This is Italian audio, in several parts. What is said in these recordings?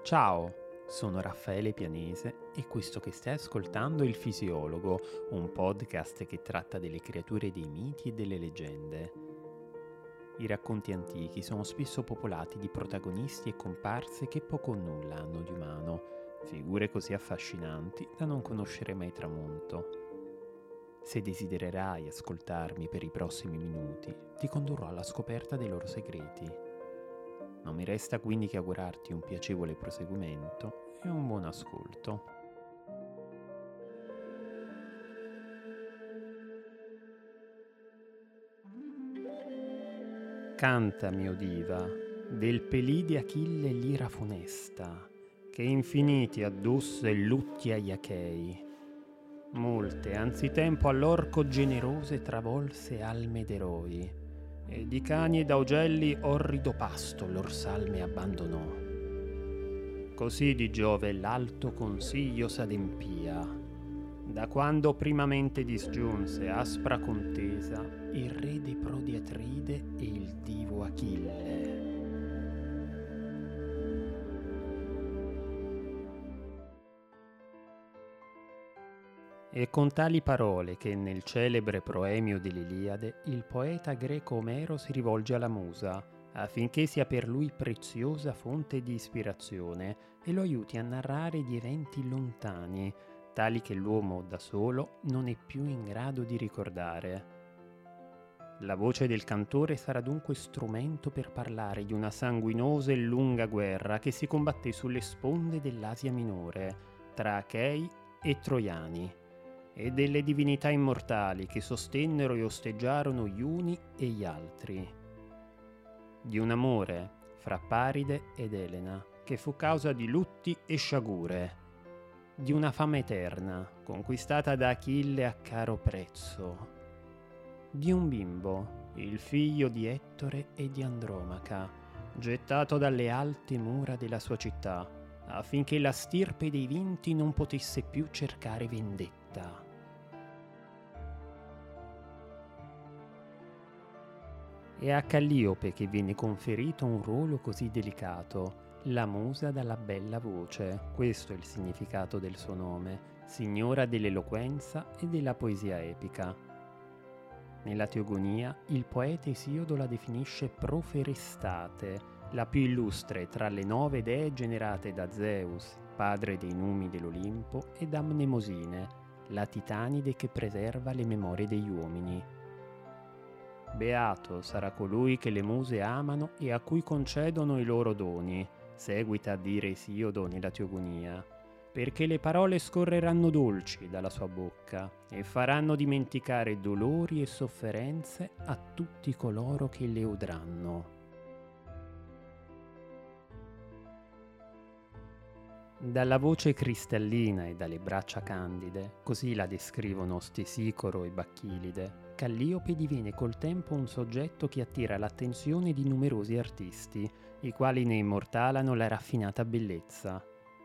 Ciao, sono Raffaele Pianese e questo che stai ascoltando è Il Fisiologo, un podcast che tratta delle creature dei miti e delle leggende. I racconti antichi sono spesso popolati di protagonisti e comparse che poco o nulla hanno di umano, figure così affascinanti da non conoscere mai tramonto. Se desidererai ascoltarmi per i prossimi minuti, ti condurrò alla scoperta dei loro segreti. Non mi resta quindi che augurarti un piacevole proseguimento e un buon ascolto. Canta, mio diva, del pelì di Achille l'ira funesta, che infiniti addusse lutti agli Achei. Molte, anzitempo all'orco generose travolse alme d'eroi, e di cani ed augelli orrido pasto lor salme abbandonò. Così di Giove l'alto consiglio s'adempia, da quando primamente disgiunse aspra contesa il re dei pro di Atride e il divo Achille. E con tali parole che nel celebre proemio dell'Iliade il poeta greco Omero si rivolge alla musa affinché sia per lui preziosa fonte di ispirazione e lo aiuti a narrare di eventi lontani, tali che l'uomo da solo non è più in grado di ricordare. La voce del cantore sarà dunque strumento per parlare di una sanguinosa e lunga guerra che si combatté sulle sponde dell'Asia minore, tra Achei e Troiani, e delle divinità immortali che sostennero e osteggiarono gli uni e gli altri. Di un amore fra Paride ed Elena, che fu causa di lutti e sciagure. Di una fama eterna, conquistata da Achille a caro prezzo. Di un bimbo, il figlio di Ettore e di Andromaca, gettato dalle alte mura della sua città, affinché la stirpe dei vinti non potesse più cercare vendetta. È a Calliope che viene conferito un ruolo così delicato, la musa dalla bella voce, questo è il significato del suo nome, signora dell'eloquenza e della poesia epica. Nella Teogonia il poeta Esiodo la definisce Proferestate, la più illustre tra le 9 dee generate da Zeus, padre dei numi dell'Olimpo, e da Mnemosine, la titanide che preserva le memorie degli uomini. Beato sarà colui che le muse amano e a cui concedono i loro doni, seguita a dire Esiodo nella Teogonia, perché le parole scorreranno dolci dalla sua bocca e faranno dimenticare dolori e sofferenze a tutti coloro che le udranno. Dalla voce cristallina e dalle braccia candide, così la descrivono Stesicoro e Bacchilide, Calliope diviene col tempo un soggetto che attira l'attenzione di numerosi artisti, i quali ne immortalano la raffinata bellezza.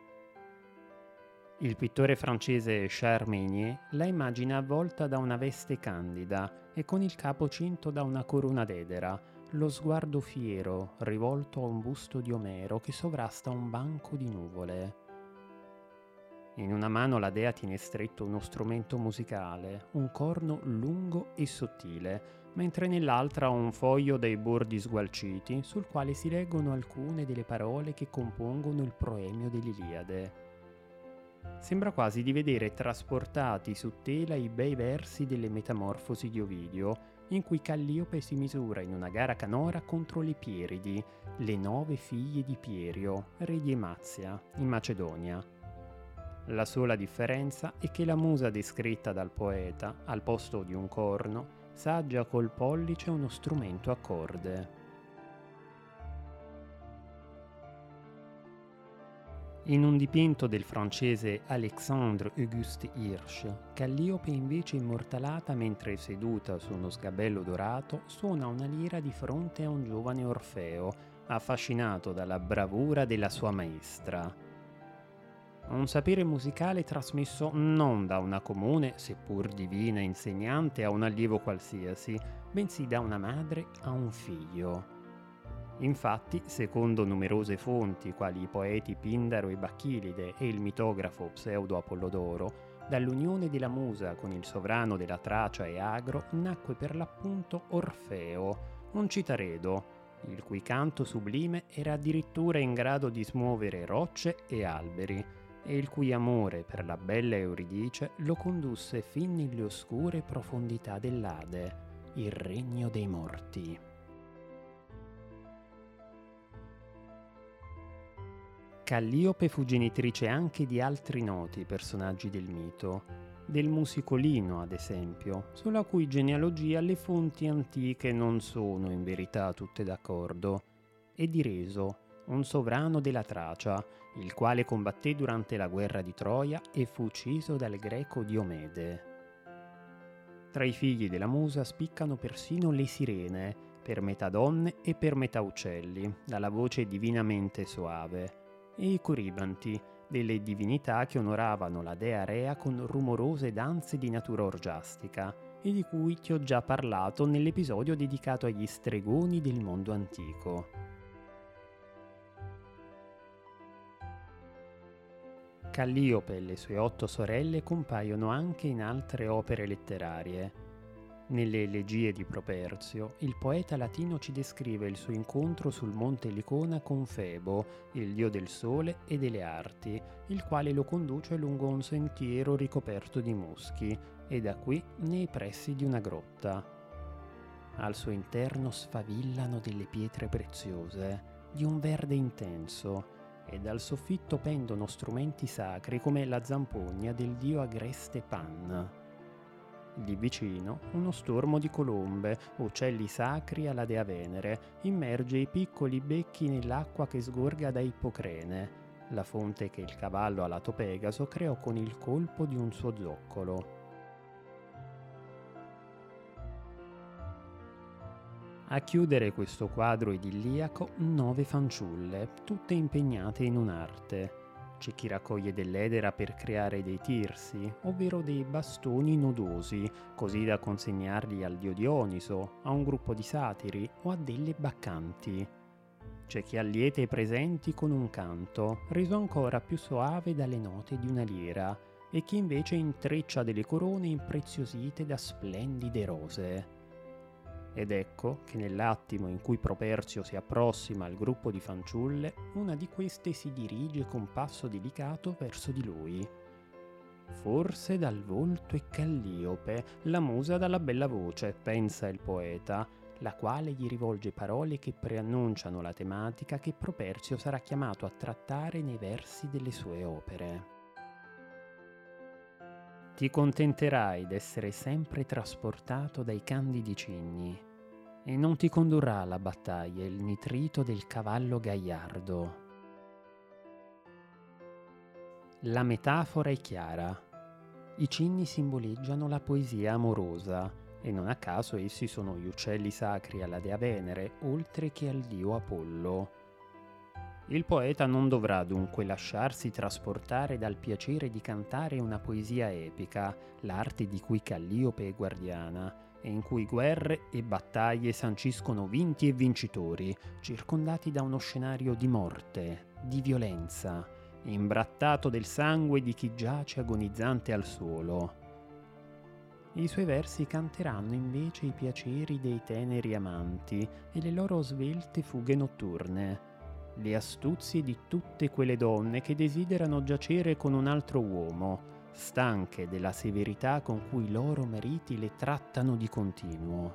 Il pittore francese Charles Meunier la immagina avvolta da una veste candida e con il capo cinto da una corona d'edera, lo sguardo fiero rivolto a un busto di Omero che sovrasta un banco di nuvole. In una mano la dea tiene stretto uno strumento musicale, un corno lungo e sottile, mentre nell'altra ha un foglio dai bordi sgualciti sul quale si leggono alcune delle parole che compongono il proemio dell'Iliade. Sembra quasi di vedere trasportati su tela i bei versi delle Metamorfosi di Ovidio, in cui Calliope si misura in una gara canora contro le Pieridi, le 9 figlie di Pierio, re di Emazia, in Macedonia. La sola differenza è che la musa descritta dal poeta, al posto di un corno, saggia col pollice uno strumento a corde. In un dipinto del francese Alexandre Auguste Hirsch, Calliope è invece immortalata mentre seduta su uno sgabello dorato suona una lira di fronte a un giovane Orfeo, affascinato dalla bravura della sua maestra. Un sapere musicale trasmesso non da una comune, seppur divina insegnante a un allievo qualsiasi, bensì da una madre a un figlio. Infatti, secondo numerose fonti, quali i poeti Pindaro e Bacchilide e il mitografo Pseudo-Apollodoro, dall'unione della Musa con il sovrano della Tracia e Agro nacque per l'appunto Orfeo, un citaredo, il cui canto sublime era addirittura in grado di smuovere rocce e alberi, e il cui amore per la bella Euridice lo condusse fin nelle oscure profondità dell'Ade, il regno dei morti. Calliope fu genitrice anche di altri noti personaggi del mito, del Musicolino ad esempio, sulla cui genealogia le fonti antiche non sono in verità tutte d'accordo, e di Reso, un sovrano della Tracia, il quale combatté durante la guerra di Troia e fu ucciso dal greco Diomede. Tra i figli della Musa spiccano persino le sirene, per metà donne e per metà uccelli, dalla voce divinamente soave, e i coribanti, delle divinità che onoravano la dea Rea con rumorose danze di natura orgiastica, e di cui ti ho già parlato nell'episodio dedicato agli stregoni del mondo antico. Calliope e le sue 8 sorelle compaiono anche in altre opere letterarie. Nelle Elegie di Properzio, il poeta latino ci descrive il suo incontro sul monte Licona con Febo, il dio del sole e delle arti, il quale lo conduce lungo un sentiero ricoperto di muschi, e da qui nei pressi di una grotta. Al suo interno sfavillano delle pietre preziose, di un verde intenso, e dal soffitto pendono strumenti sacri come la zampogna del dio agreste Pan. Lì vicino, uno stormo di colombe, uccelli sacri alla dea Venere, immerge i piccoli becchi nell'acqua che sgorga da Ippocrene, la fonte che il cavallo alato Pegaso creò con il colpo di un suo zoccolo. A chiudere questo quadro idilliaco 9 fanciulle, tutte impegnate in un'arte. C'è chi raccoglie dell'edera per creare dei tirsi, ovvero dei bastoni nodosi, così da consegnarli al dio Dioniso, a un gruppo di satiri o a delle baccanti. C'è chi allieta i presenti con un canto, reso ancora più soave dalle note di una lira, e chi invece intreccia delle corone impreziosite da splendide rose. Ed ecco che nell'attimo in cui Properzio si approssima al gruppo di fanciulle, una di queste si dirige con passo delicato verso di lui. Forse dal volto è Calliope, la musa dalla bella voce, pensa il poeta, la quale gli rivolge parole che preannunciano la tematica che Properzio sarà chiamato a trattare nei versi delle sue opere. Ti contenterai d'essere sempre trasportato dai candidi cigni, e non ti condurrà alla battaglia il nitrito del cavallo gaiardo. La metafora è chiara. I cigni simboleggiano la poesia amorosa, e non a caso essi sono gli uccelli sacri alla dea Venere, oltre che al dio Apollo. Il poeta non dovrà dunque lasciarsi trasportare dal piacere di cantare una poesia epica, l'arte di cui Calliope è guardiana, e in cui guerre e battaglie sanciscono vinti e vincitori, circondati da uno scenario di morte, di violenza, imbrattato del sangue di chi giace agonizzante al suolo. I suoi versi canteranno invece i piaceri dei teneri amanti e le loro svelte fughe notturne, le astuzie di tutte quelle donne che desiderano giacere con un altro uomo, stanche della severità con cui i loro mariti le trattano di continuo.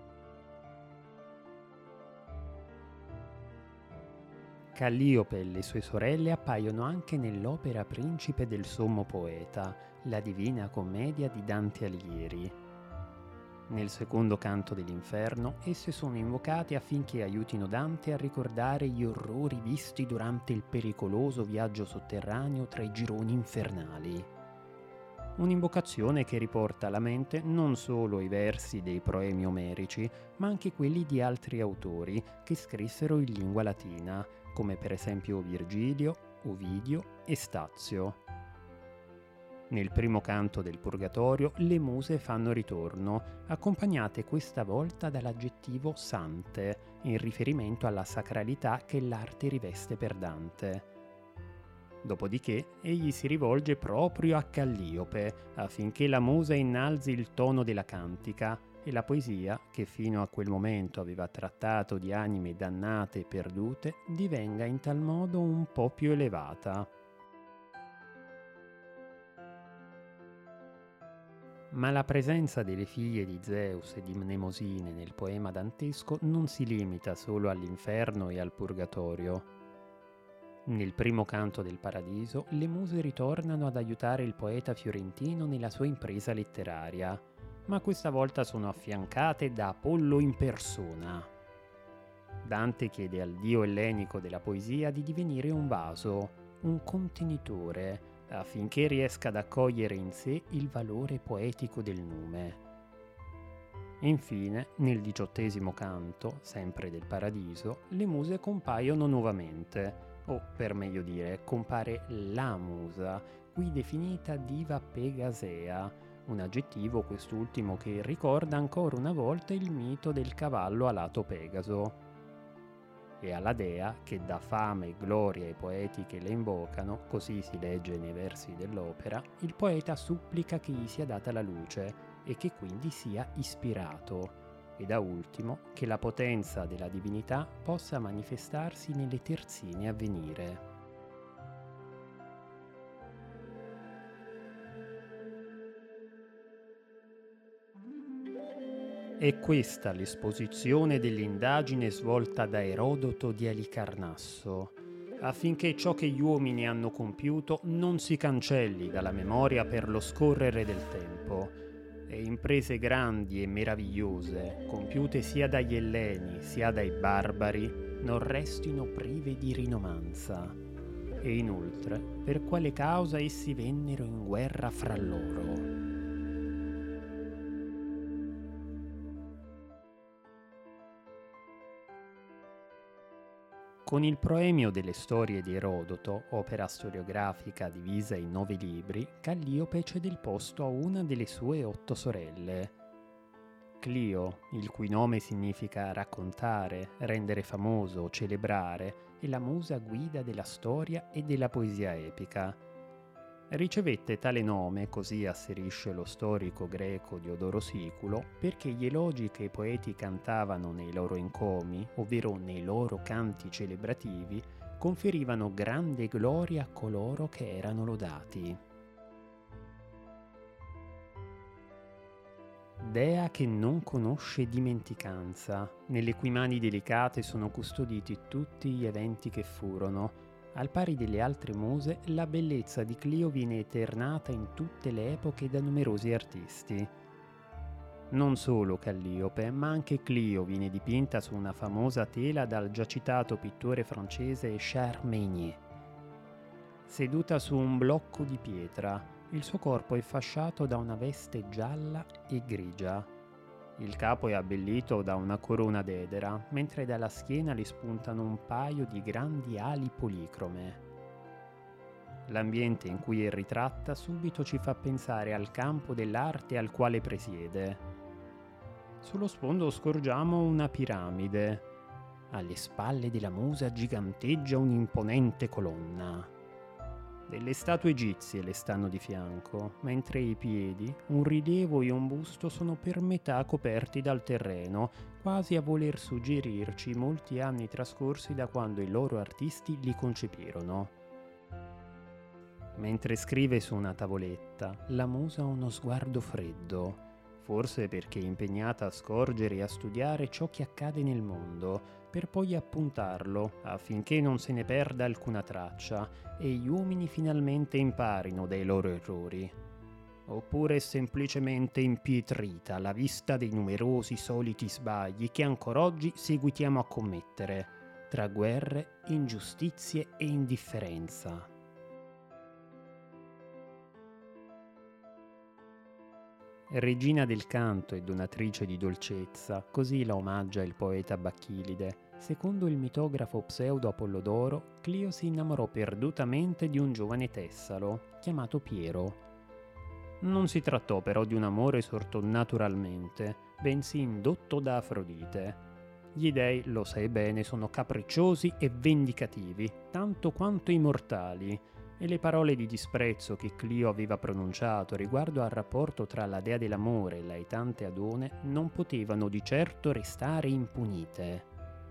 Calliope e le sue sorelle appaiono anche nell'opera Principe del sommo poeta, la Divina Commedia di Dante Alighieri. Nel secondo canto dell'Inferno, esse sono invocate affinché aiutino Dante a ricordare gli orrori visti durante il pericoloso viaggio sotterraneo tra i gironi infernali. Un'invocazione che riporta alla mente non solo i versi dei proemi omerici, ma anche quelli di altri autori che scrissero in lingua latina, come per esempio Virgilio, Ovidio e Stazio. Nel primo canto del Purgatorio le muse fanno ritorno, accompagnate questa volta dall'aggettivo sante, in riferimento alla sacralità che l'arte riveste per Dante. Dopodiché egli si rivolge proprio a Calliope affinché la musa innalzi il tono della cantica e la poesia, che fino a quel momento aveva trattato di anime dannate e perdute, divenga in tal modo un po' più elevata. Ma la presenza delle figlie di Zeus e di Mnemosine nel poema dantesco non si limita solo all'inferno e al purgatorio. Nel primo canto del Paradiso, le muse ritornano ad aiutare il poeta fiorentino nella sua impresa letteraria, ma questa volta sono affiancate da Apollo in persona. Dante chiede al dio ellenico della poesia di divenire un vaso, un contenitore, affinché riesca ad accogliere in sé il valore poetico del nume. Infine, nel 18° canto, sempre del Paradiso, le muse compaiono nuovamente, o per meglio dire, compare la musa, qui definita diva pegasea, un aggettivo quest'ultimo che ricorda ancora una volta il mito del cavallo alato Pegaso. E alla dea, che dà fame e gloria ai poeti che le invocano, così si legge nei versi dell'opera, il poeta supplica che gli sia data la luce e che quindi sia ispirato, e da ultimo che la potenza della divinità possa manifestarsi nelle terzine a venire. È questa l'esposizione dell'indagine svolta da Erodoto di Alicarnasso, affinché ciò che gli uomini hanno compiuto non si cancelli dalla memoria per lo scorrere del tempo, e imprese grandi e meravigliose, compiute sia dagli Elleni sia dai barbari, non restino prive di rinomanza. E inoltre, per quale causa essi vennero in guerra fra loro. Con il Proemio delle storie di Erodoto, opera storiografica divisa in 9 libri, Calliope cede il posto a una delle sue 8 sorelle. Clio, il cui nome significa raccontare, rendere famoso, celebrare, è la musa guida della storia e della poesia epica. Ricevette tale nome, così asserisce lo storico greco Diodoro Siculo, perché gli elogi che i poeti cantavano nei loro encomi, ovvero nei loro canti celebrativi, conferivano grande gloria a coloro che erano lodati. Dea che non conosce dimenticanza, nelle cui mani delicate sono custoditi tutti gli eventi che furono. Al pari delle altre muse, la bellezza di Clio viene eternata in tutte le epoche da numerosi artisti. Non solo Calliope, ma anche Clio viene dipinta su una famosa tela dal già citato pittore francese Charles Meunier. Seduta su un blocco di pietra, il suo corpo è fasciato da una veste gialla e grigia. Il capo è abbellito da una corona d'edera, mentre dalla schiena le spuntano un paio di grandi ali policrome. L'ambiente in cui è ritratta subito ci fa pensare al campo dell'arte al quale presiede. Sullo sfondo scorgiamo una piramide. Alle spalle della musa giganteggia un'imponente colonna. Delle statue egizie le stanno di fianco, mentre ai piedi un rilievo e un busto sono per metà coperti dal terreno, quasi a voler suggerirci molti anni trascorsi da quando i loro artisti li concepirono. Mentre scrive su una tavoletta, la musa ha uno sguardo freddo, forse perché è impegnata a scorgere e a studiare ciò che accade nel mondo, per poi appuntarlo affinché non se ne perda alcuna traccia e gli uomini finalmente imparino dai loro errori. Oppure è semplicemente impietrita alla vista dei numerosi soliti sbagli che ancora oggi seguitiamo a commettere, tra guerre, ingiustizie e indifferenza. Regina del canto e donatrice di dolcezza, così la omaggia il poeta Bacchilide. Secondo il mitografo pseudo Apollodoro, Clio si innamorò perdutamente di un giovane Tessalo, chiamato Piero. Non si trattò però di un amore sorto naturalmente, bensì indotto da Afrodite. Gli dei, lo sai bene, sono capricciosi e vendicativi, tanto quanto i mortali, e le parole di disprezzo che Clio aveva pronunciato riguardo al rapporto tra la dea dell'amore e l'aitante Adone non potevano di certo restare impunite.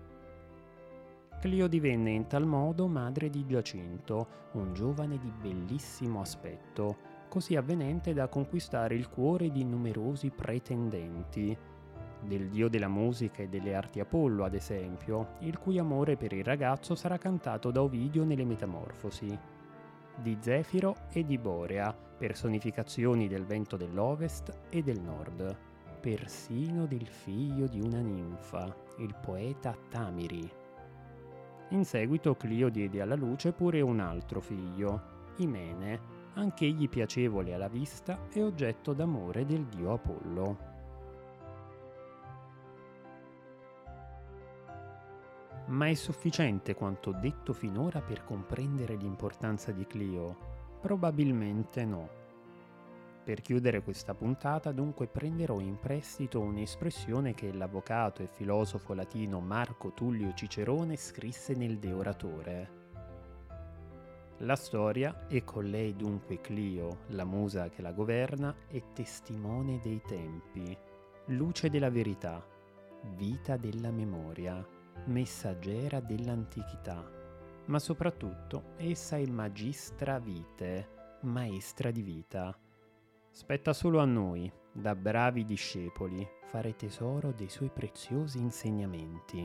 Clio divenne in tal modo madre di Giacinto, un giovane di bellissimo aspetto, così avvenente da conquistare il cuore di numerosi pretendenti. Del dio della musica e delle arti Apollo, ad esempio, il cui amore per il ragazzo sarà cantato da Ovidio nelle Metamorfosi. Di Zefiro e di Borea, personificazioni del vento dell'ovest e del nord. Persino del figlio di una ninfa, il poeta Tamiri. In seguito Clio diede alla luce pure un altro figlio, Imene, anch'egli piacevole alla vista e oggetto d'amore del dio Apollo. Ma è sufficiente quanto detto finora per comprendere l'importanza di Clio? Probabilmente no. Per chiudere questa puntata dunque prenderò in prestito un'espressione che l'avvocato e filosofo latino Marco Tullio Cicerone scrisse nel De Oratore. La storia, e con lei dunque Clio, la musa che la governa, è testimone dei tempi, luce della verità, vita della memoria, messaggera dell'antichità, ma soprattutto essa è magistra vitae, maestra di vita. Spetta solo a noi, da bravi discepoli, fare tesoro dei suoi preziosi insegnamenti.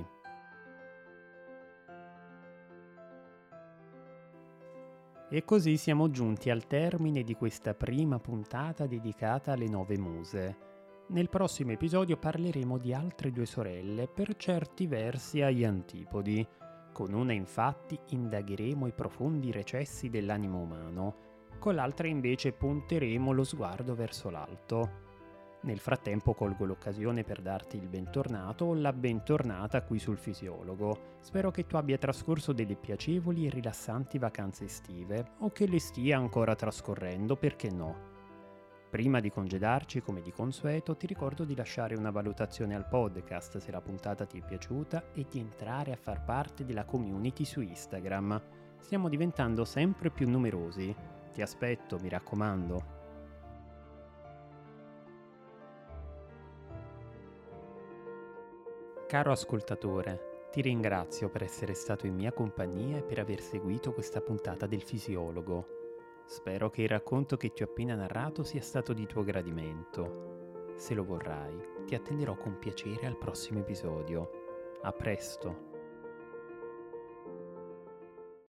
E così siamo giunti al termine di questa prima puntata dedicata alle 9 muse. Nel prossimo episodio parleremo di altre 2 sorelle, per certi versi agli antipodi. Con una infatti indagheremo i profondi recessi dell'animo umano, con l'altra invece punteremo lo sguardo verso l'alto. Nel frattempo colgo l'occasione per darti il bentornato o la bentornata qui sul Fisiologo. Spero che tu abbia trascorso delle piacevoli e rilassanti vacanze estive o che le stia ancora trascorrendo, perché no. Prima di congedarci, come di consueto, ti ricordo di lasciare una valutazione al podcast se la puntata ti è piaciuta e di entrare a far parte della community su Instagram. Stiamo diventando sempre più numerosi. Ti aspetto, mi raccomando. Caro ascoltatore, ti ringrazio per essere stato in mia compagnia e per aver seguito questa puntata del Fisiologo. Spero che il racconto che ti ho appena narrato sia stato di tuo gradimento. Se lo vorrai, ti attenderò con piacere al prossimo episodio. A presto!